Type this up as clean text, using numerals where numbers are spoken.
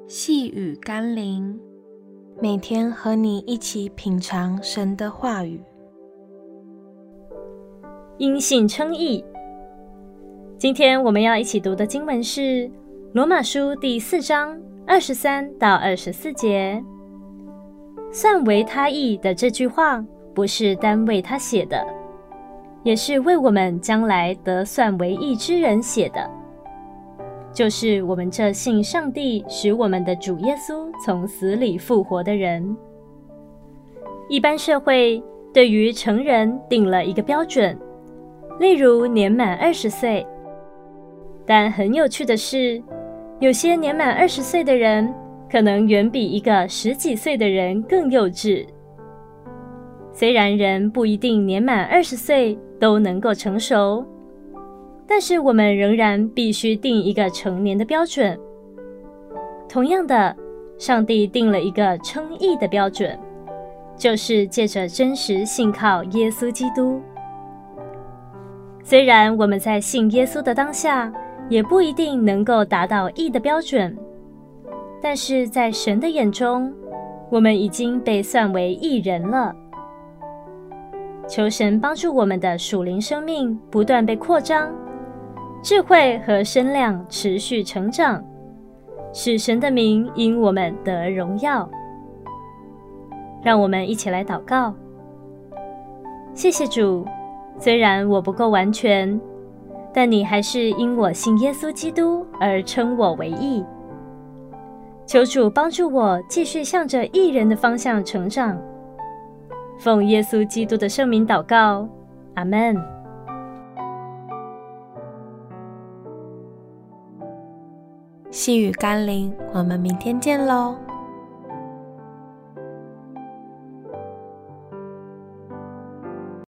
细雨甘霖，每天和你一起品尝神的话语。 因信称义。今天我们要一起读的经文是罗马书第4章23到24节。算为他义的这句话，不是单为他写的，也是为我们将来得算为义之人写的，就是我们这信上帝使我们的主耶稣从死里复活的人。一般社会对于成人定了一个标准，例如年满20岁。但很有趣的是，有些年满20岁的人，可能远比一个10几岁的人更幼稚。虽然人不一定年满20岁都能够成熟，但是我们仍然必须定一个成年的标准。同样的，上帝定了一个称义的标准，就是借着真实信靠耶稣基督。虽然我们在信耶稣的当下，也不一定能够达到义的标准，但是在神的眼中，我们已经被算为义人了。求神帮助我们的属灵生命不断被扩张，智慧和身量持续成长，使神的名因我们得荣耀。让我们一起来祷告。谢谢主，虽然我不够完全，但你还是因我信耶稣基督而称我为义。求主帮助我继续向着义人的方向成长。奉耶稣基督的圣名祷告，阿们。 细雨甘霖，我们明天见咯。